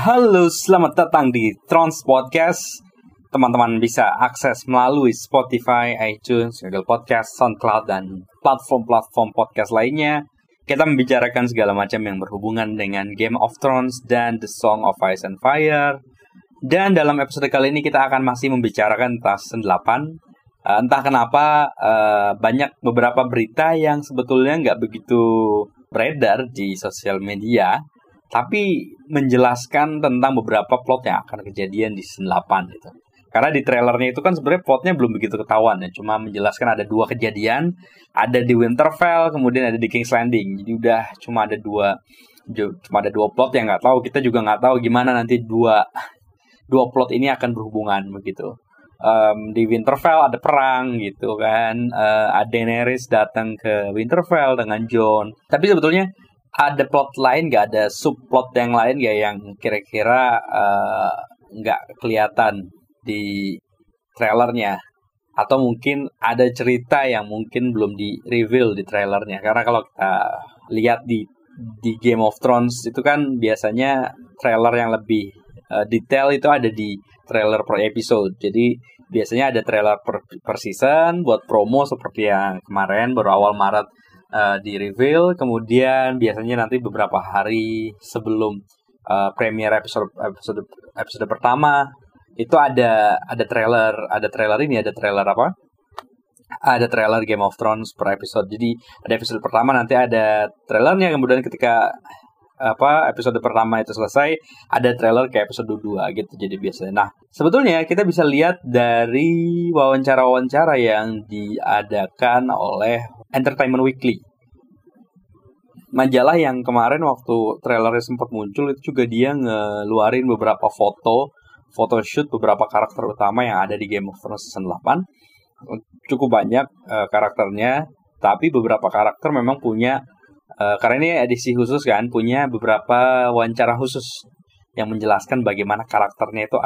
Halo, selamat datang di Trons Podcast. Teman-teman bisa akses melalui Spotify, iTunes, Google Podcast, SoundCloud, dan platform-platform podcast lainnya. Kita membicarakan segala macam yang berhubungan dengan Game of Thrones dan The Song of Ice and Fire. Dan dalam episode kali ini kita akan masih membicarakan tentang season 8. Entah kenapa banyak beberapa berita yang sebetulnya nggak begitu beredar di sosial media, tapi menjelaskan tentang beberapa plot yang akan kejadian di season 8 gitu. Karena di trailernya itu kan sebenarnya plotnya belum begitu ketahuan ya, cuma menjelaskan ada 2 kejadian, ada di Winterfell, kemudian ada di King's Landing. Jadi udah cuma ada dua plot yang nggak tahu, kita juga nggak tahu gimana nanti dua plot ini akan berhubungan begitu. Di Winterfell ada perang gitu kan, Daenerys datang ke Winterfell dengan Jon. Tapi sebetulnya ada plot lain nggak, ada subplot yang lain nggak yang kira-kira nggak kelihatan di trailernya, atau mungkin ada cerita yang mungkin belum di reveal di trailernya. Karena kalau kita lihat di Game of Thrones itu kan biasanya trailer yang lebih detail itu ada di trailer per episode. Jadi biasanya ada trailer per season buat promo seperti yang kemarin baru awal Maret di reveal. Kemudian biasanya nanti beberapa hari sebelum premiere episode pertama itu ada trailer apa? Ada trailer Game of Thrones per episode. Jadi ada episode pertama nanti ada trailernya, kemudian ketika episode pertama itu selesai ada trailer ke episode 2 gitu. Jadi biasanya. Nah, sebetulnya kita bisa lihat dari wawancara-wawancara yang diadakan oleh Entertainment Weekly. Majalah yang kemarin waktu trailernya sempat muncul itu juga dia ngeluarin beberapa photoshoot beberapa karakter utama yang ada di Game of Thrones season 8. Cukup banyak karakternya, tapi beberapa karakter memang punya karena ini edisi khusus kan, punya beberapa wawancara khusus yang menjelaskan bagaimana karakternya itu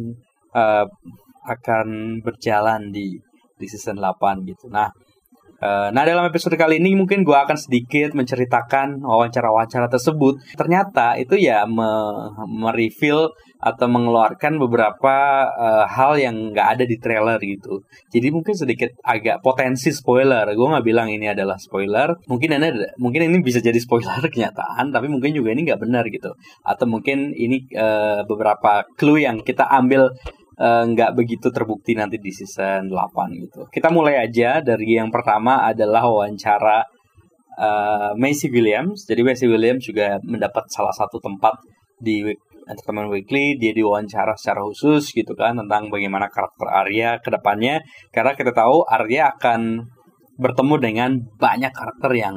akan berjalan di season 8 gitu. Nah, dalam episode kali ini mungkin gue akan sedikit menceritakan wawancara-wawancara tersebut. Ternyata itu ya mereveal atau mengeluarkan beberapa hal yang nggak ada di trailer gitu. Jadi mungkin sedikit agak potensi spoiler. Gue nggak bilang ini adalah spoiler. Mungkin ini bisa jadi spoiler kenyataan, tapi mungkin juga ini nggak benar gitu. Atau mungkin ini beberapa clue yang kita ambil nggak begitu terbukti nanti di season 8 gitu. Kita mulai aja dari yang pertama adalah wawancara Maisie Williams. Jadi Maisie Williams juga mendapat salah satu tempat di Entertainment Weekly. Dia diwawancara secara khusus gitu kan tentang bagaimana karakter Arya ke depannya. Karena kita tahu Arya akan bertemu dengan banyak karakter yang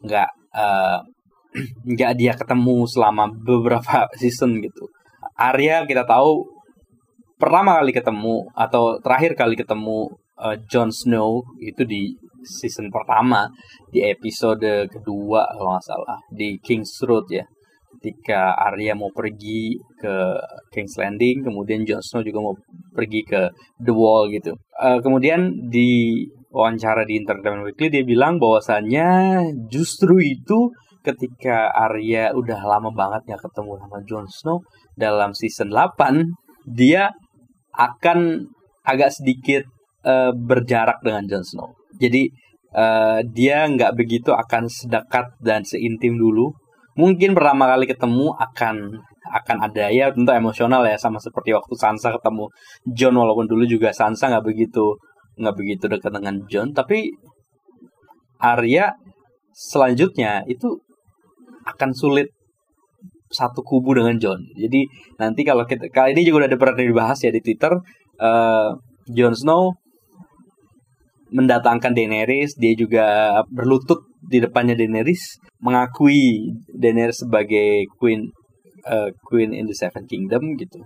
nggak dia ketemu selama beberapa season gitu. Arya kita tahu pertama kali ketemu atau terakhir kali ketemu Jon Snow itu di season pertama, di episode kedua kalau nggak salah, di King's Road ya. Ketika Arya mau pergi ke King's Landing, kemudian Jon Snow juga mau pergi ke The Wall gitu. Kemudian di wawancara di Entertainment Weekly dia bilang bahwasannya justru itu ketika Arya udah lama banget gak ketemu sama Jon Snow, dalam season 8 dia akan agak sedikit berjarak dengan Jon Snow. Jadi dia nggak begitu akan sedekat dan seintim dulu. Mungkin pertama kali ketemu akan ada ya tentu emosional ya, sama seperti waktu Sansa ketemu Jon, walaupun dulu juga Sansa nggak begitu dekat dengan Jon, tapi Arya selanjutnya itu akan sulit satu kubu dengan Jon. Jadi nanti kali ini juga udah pernah dibahas ya di Twitter, Jon Snow mendatangkan Daenerys, dia juga berlutut di depannya Daenerys, mengakui Daenerys sebagai Queen in the Seven Kingdom gitu.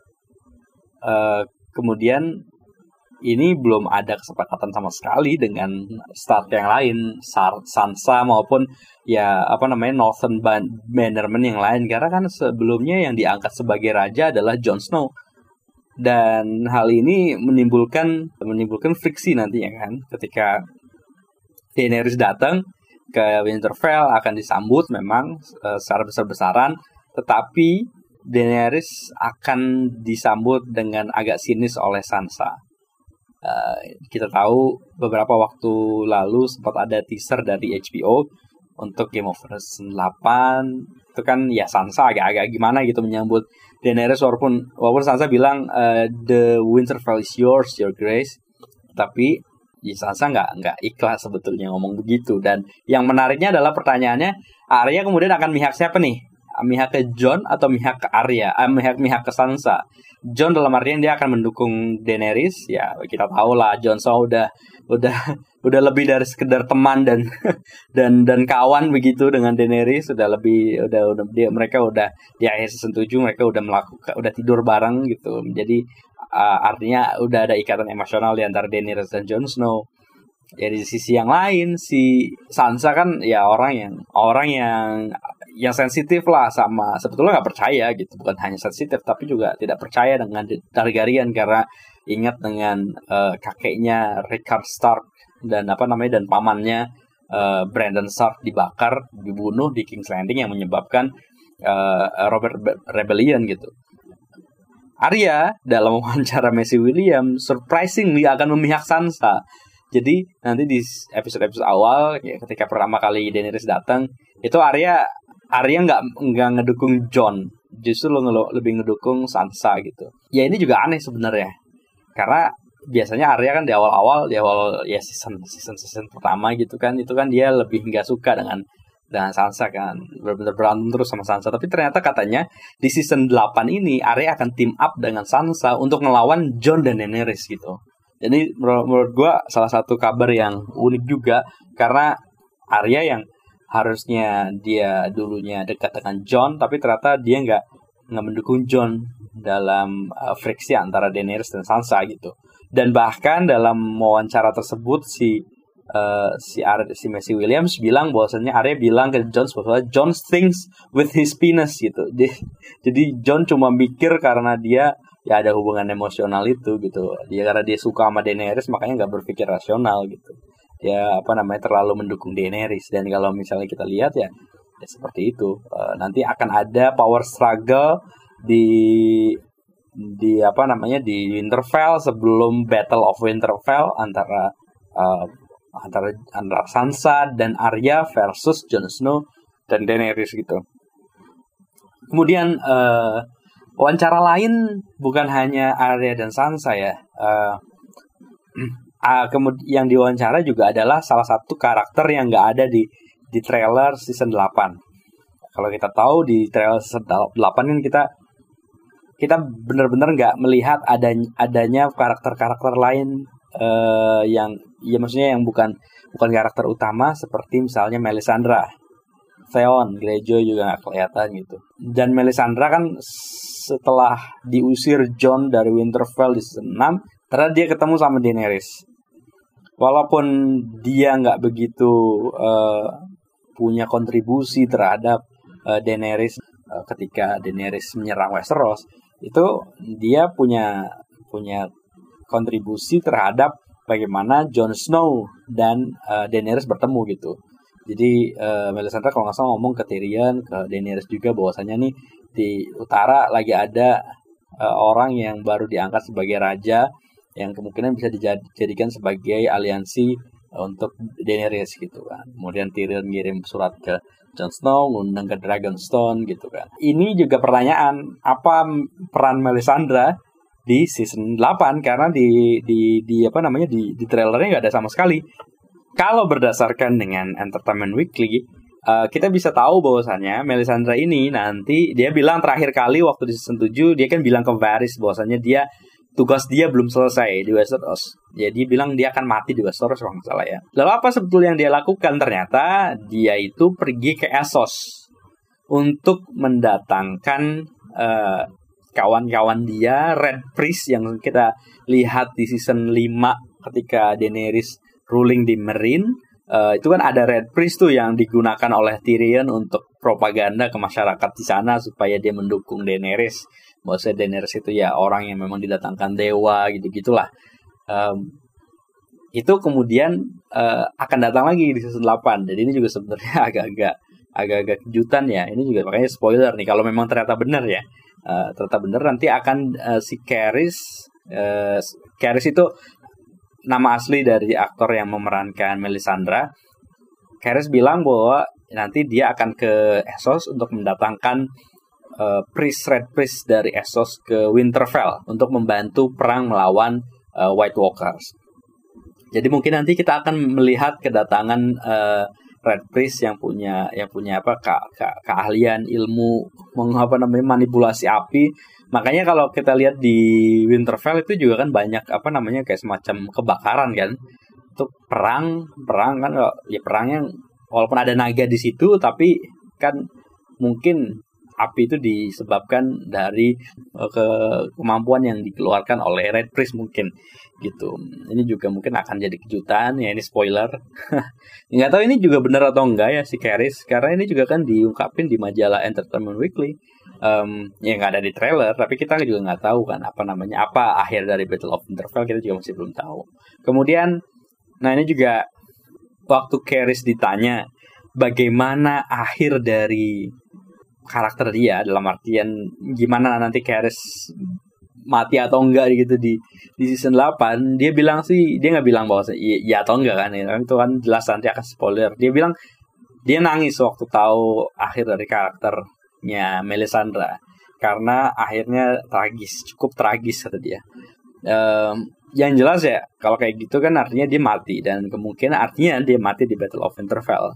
Kemudian ini belum ada kesepakatan sama sekali dengan start yang lain, Sansa maupun Northern Bannerman yang lain, karena kan sebelumnya yang diangkat sebagai raja adalah Jon Snow. Dan hal ini menimbulkan friksi nantinya kan, ketika Daenerys datang ke Winterfell akan disambut memang secara besar-besaran, tetapi Daenerys akan disambut dengan agak sinis oleh Sansa. Kita tahu beberapa waktu lalu sempat ada teaser dari HBO untuk Game of Thrones 8. Itu kan ya Sansa agak-agak gimana gitu menyambut Daenerys, walaupun Sansa bilang the Winterfell is yours, your grace. Tapi ya Sansa nggak ikhlas sebetulnya ngomong begitu. Dan yang menariknya adalah pertanyaannya, Arya kemudian akan mihak siapa nih? Mihak ke Jon atau mihak ke Arya? Mihak ke Sansa. Jon dalam artian dia akan mendukung Daenerys. Ya kita tahu lah Jon Snow udah lebih dari sekedar teman dan kawan begitu dengan Daenerys. Mereka udah di akhir season 7 mereka udah tidur bareng gitu. Jadi artinya udah ada ikatan emosional di antara Daenerys dan Jon Snow. Ya di sisi yang lain si Sansa kan ya orang yang sensitif lah, sama sebetulnya nggak percaya gitu, bukan hanya sensitif tapi juga tidak percaya dengan Targaryen karena ingat dengan kakeknya Rickard Stark dan pamannya Brandon Stark dibunuh di King's Landing yang menyebabkan Robert Rebellion gitu. Arya dalam wawancara Maisie Williams surprisingly akan memihak Sansa. Jadi nanti di episode awal ya, ketika pertama kali Daenerys datang itu Arya nggak ngedukung Jon, justru lebih ngedukung Sansa gitu. Ya ini juga aneh sebenarnya, karena biasanya Arya kan di awal ya season pertama gitu kan, itu kan dia lebih nggak suka dengan Sansa kan, benar-benar berantem terus sama Sansa. Tapi ternyata katanya di season 8 ini Arya akan team up dengan Sansa untuk ngelawan Jon dan Daenerys gitu. Jadi menurut gue salah satu kabar yang unik juga, karena Arya yang harusnya dia dulunya dekat dengan Jon, tapi ternyata dia nggak mendukung Jon dalam friksi antara Daenerys dan Sansa gitu. Dan bahkan dalam wawancara tersebut si Maisie Williams bilang bahwasannya Arya bilang ke Jon bahwa Jon thinks with his penis gitu. Jadi Jon cuma mikir karena dia ya ada hubungan emosional itu gitu. Karena dia suka sama Daenerys makanya nggak berpikir rasional gitu. Dia terlalu mendukung Daenerys. Dan kalau misalnya kita lihat ya seperti itu. Nanti akan ada power struggle di Winterfell sebelum Battle of Winterfell antara Sansa dan Arya versus Jon Snow dan Daenerys gitu. Kemudian wawancara lain bukan hanya Arya dan Sansa ya. Kemudian yang diwawancara juga adalah salah satu karakter yang nggak ada di trailer season 8. Kalau kita tahu di trailer season 8 kan kita benar-benar nggak melihat adanya karakter-karakter lain yang ya maksudnya yang bukan karakter utama seperti misalnya Melisandre, Theon, Greyjoy juga nggak kelihatan gitu. Dan Melisandre kan setelah diusir Jon dari Winterfell di season 6, ternyata dia ketemu sama Daenerys. Walaupun dia nggak begitu punya kontribusi terhadap Daenerys ketika Daenerys menyerang Westeros, itu dia punya kontribusi terhadap bagaimana Jon Snow dan Daenerys bertemu gitu. Jadi Melisandre kalau nggak salah ngomong ke Tyrion, ke Daenerys juga bahwasanya nih di utara lagi ada orang yang baru diangkat sebagai raja yang kemungkinan bisa dijadikan sebagai aliansi untuk Daenerys gitu kan. Kemudian Tyrion ngirim surat ke Jon Snow, ngundang ke Dragonstone gitu kan. Ini juga pertanyaan, apa peran Melisandre di season 8 karena di trailernya nggak ada sama sekali. Kalau berdasarkan dengan Entertainment Weekly, kita bisa tahu bahwasannya Melisandre ini nanti dia bilang terakhir kali waktu di season 7 dia kan bilang ke Varys bahwasannya tugas dia belum selesai di Westeros. Jadi bilang dia akan mati di Westeros kalau nggak salah ya. Lalu apa sebetulnya yang dia lakukan? Ternyata dia itu pergi ke Essos untuk mendatangkan kawan-kawan dia, Red Priest yang kita lihat di season 5 ketika Daenerys ruling di Meereen. Itu kan ada Red Priest tuh yang digunakan oleh Tyrion untuk propaganda ke masyarakat di sana supaya dia mendukung Daenerys. Maksudnya Daenerys itu ya orang yang memang didatangkan dewa gitu-gitulah. Itu kemudian akan datang lagi di season 8. Jadi ini juga sebenarnya agak-agak kejutan ya. Ini juga makanya spoiler nih kalau memang ternyata benar ya. ternyata bener, nanti akan si Caris itu nama asli dari aktor yang memerankan Melisandre. Caris bilang bahwa nanti dia akan ke Essos untuk mendatangkan Red Priest dari Essos ke Winterfell untuk membantu perang melawan White Walkers. Jadi mungkin nanti kita akan melihat kedatangan Red Priest yang punya keahlian ilmu manipulasi api. Makanya kalau kita lihat di Winterfell itu juga kan banyak kayak semacam kebakaran kan. Untuk perang kan ya perangnya walaupun ada naga di situ, tapi kan mungkin api itu disebabkan dari kemampuan yang dikeluarkan oleh Red Priest mungkin gitu. Ini juga mungkin akan jadi kejutan ya, ini spoiler. Nggak tahu ini juga benar atau enggak ya si Caris, karena ini juga kan diungkapin di majalah Entertainment Weekly. Yang nggak ada di trailer, tapi kita juga nggak tahu kan apa akhir dari Battle of Winterfell, kita juga masih belum tahu. Kemudian, nah ini juga waktu Caris ditanya bagaimana akhir dari karakter dia, dalam artian gimana nanti Caris mati atau enggak gitu di season 8, dia bilang sih, dia nggak bilang bahwa iya atau enggak kan ya, itu kan jelas nanti akan spoiler. Dia bilang dia nangis waktu tahu akhir dari karakternya Melisandre karena akhirnya cukup tragis kata dia. Yang jelas ya kalau kayak gitu kan artinya dia mati, dan kemungkinan artinya dia mati di Battle of Winterfell.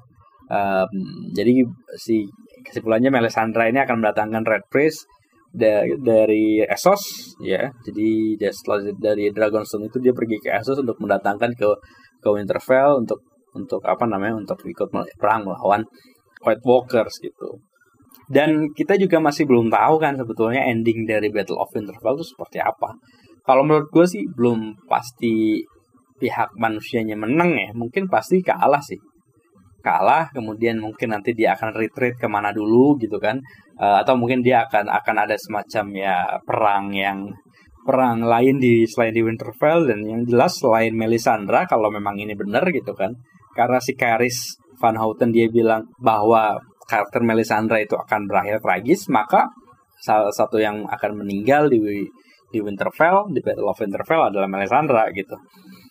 Jadi si kesimpulannya Melisandre ini akan mendatangkan Red Priest dari Essos ya. Jadi setelah dari Dragonstone itu dia pergi ke Essos untuk mendatangkan ke Winterfell untuk untuk ikut perang melawan White Walkers gitu. Dan kita juga masih belum tahu kan sebetulnya ending dari Battle of Winterfell itu seperti apa. Kalau menurut gue sih belum pasti pihak manusianya menang ya, mungkin pasti kalah sih. Kalah, kemudian mungkin nanti dia akan retreat kemana dulu gitu kan, atau mungkin dia akan ada semacam ya perang lain selain di Winterfell. Dan yang jelas selain Melisandre, kalau memang ini benar gitu kan, karena si Caris Van Houten dia bilang bahwa karakter Melisandre itu akan berakhir tragis, maka salah satu yang akan meninggal di Winterfell, di Battle of Winterfell adalah Melisandre gitu.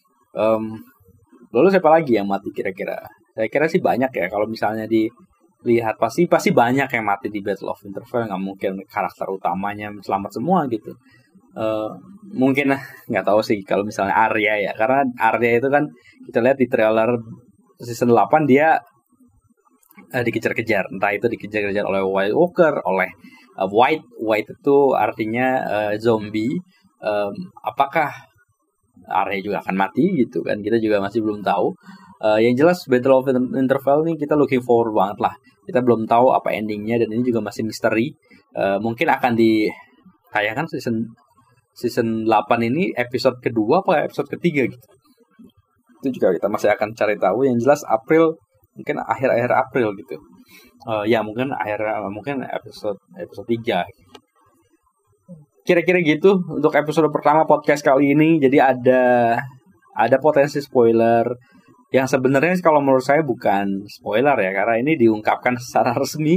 Lalu siapa lagi yang mati kira-kira? Saya kira sih banyak ya, kalau misalnya dilihat pasti banyak yang mati di Battle of Winterfell. Nggak mungkin karakter utamanya selamat semua gitu. Mungkin nggak tahu sih kalau misalnya Arya ya, karena Arya itu kan kita lihat di trailer season 8 dia dikejar-kejar, entah itu dikejar-kejar oleh White Walker, oleh White itu artinya zombie. Apakah Arya juga akan mati gitu kan, kita juga masih belum tahu. Yang jelas Battle of Winterfell ini kita looking forward banget lah. Kita belum tahu apa endingnya, dan ini juga masih misteri. Mungkin akan ditayangkan season 8 ini episode kedua apa episode ketiga gitu. Itu juga kita masih akan cari tahu. Yang jelas April, mungkin akhir April gitu. Ya mungkin episode 3. Kira-kira gitu untuk episode pertama podcast kali ini. Jadi ada potensi spoiler yang sebenarnya kalau menurut saya bukan spoiler ya, karena ini diungkapkan secara resmi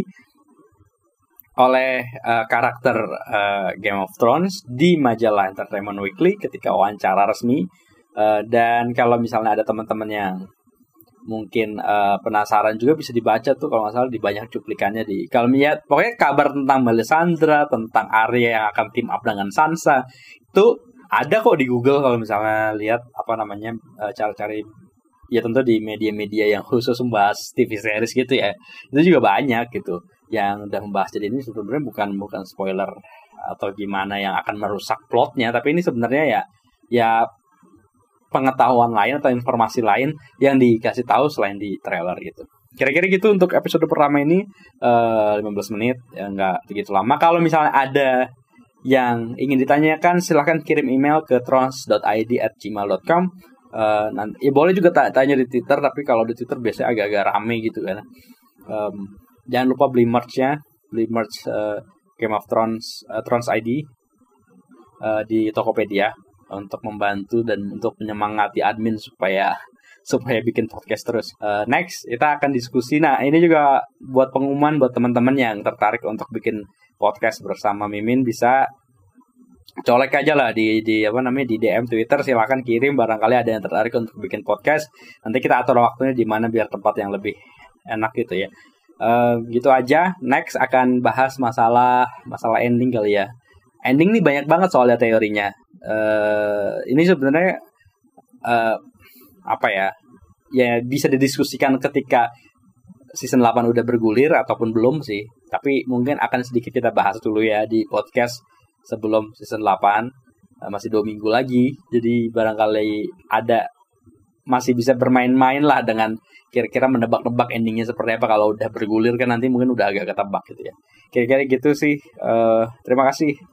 oleh karakter Game of Thrones di majalah Entertainment Weekly ketika wawancara resmi. Dan kalau misalnya ada teman-teman yang mungkin penasaran juga, bisa dibaca tuh kalau nggak salah di banyak cuplikannya kalau melihat pokoknya kabar tentang Melisandre, tentang Arya yang akan team up dengan Sansa itu ada kok di Google. Kalau misalnya lihat cara-cari ya, tentu di media-media yang khusus membahas TV series gitu ya, itu juga banyak gitu yang udah membahas. Jadi ini sebenarnya bukan spoiler atau gimana yang akan merusak plotnya, tapi ini sebenarnya ya pengetahuan lain atau informasi lain yang dikasih tahu selain di trailer gitu. Kira-kira gitu untuk episode pertama ini, 15 menit ya, nggak begitu lama. Kalau misalnya ada yang ingin ditanyakan, silahkan kirim email ke trons.id@gmail.com. Nanti ya boleh juga tanya di Twitter, tapi kalau di Twitter biasanya agak-agak rame gitu kan. Jangan lupa beli merch Game of Thrones Thrones ID di Tokopedia untuk membantu dan untuk menyemangati admin supaya bikin podcast terus. Next kita akan diskusi. Nah ini juga buat pengumuman buat teman-teman yang tertarik untuk bikin podcast bersama Mimin, bisa colek aja lah di di DM Twitter, silakan kirim barangkali ada yang tertarik untuk bikin podcast. Nanti kita atur waktunya di mana biar tempat yang lebih enak gitu ya. Gitu aja. Next akan bahas masalah ending kali ya. Ending nih banyak banget soalnya teorinya. Ini sebenarnya apa ya? Ya bisa didiskusikan ketika season 8 udah bergulir ataupun belum sih. Tapi mungkin akan sedikit kita bahas dulu ya di podcast sebelum season 8. Masih 2 minggu lagi. Jadi barangkali masih bisa bermain-main lah dengan kira-kira menebak-nebak endingnya seperti apa. Kalau udah bergulir kan nanti mungkin udah agak ketebak gitu ya. Kira-kira gitu sih. Terima kasih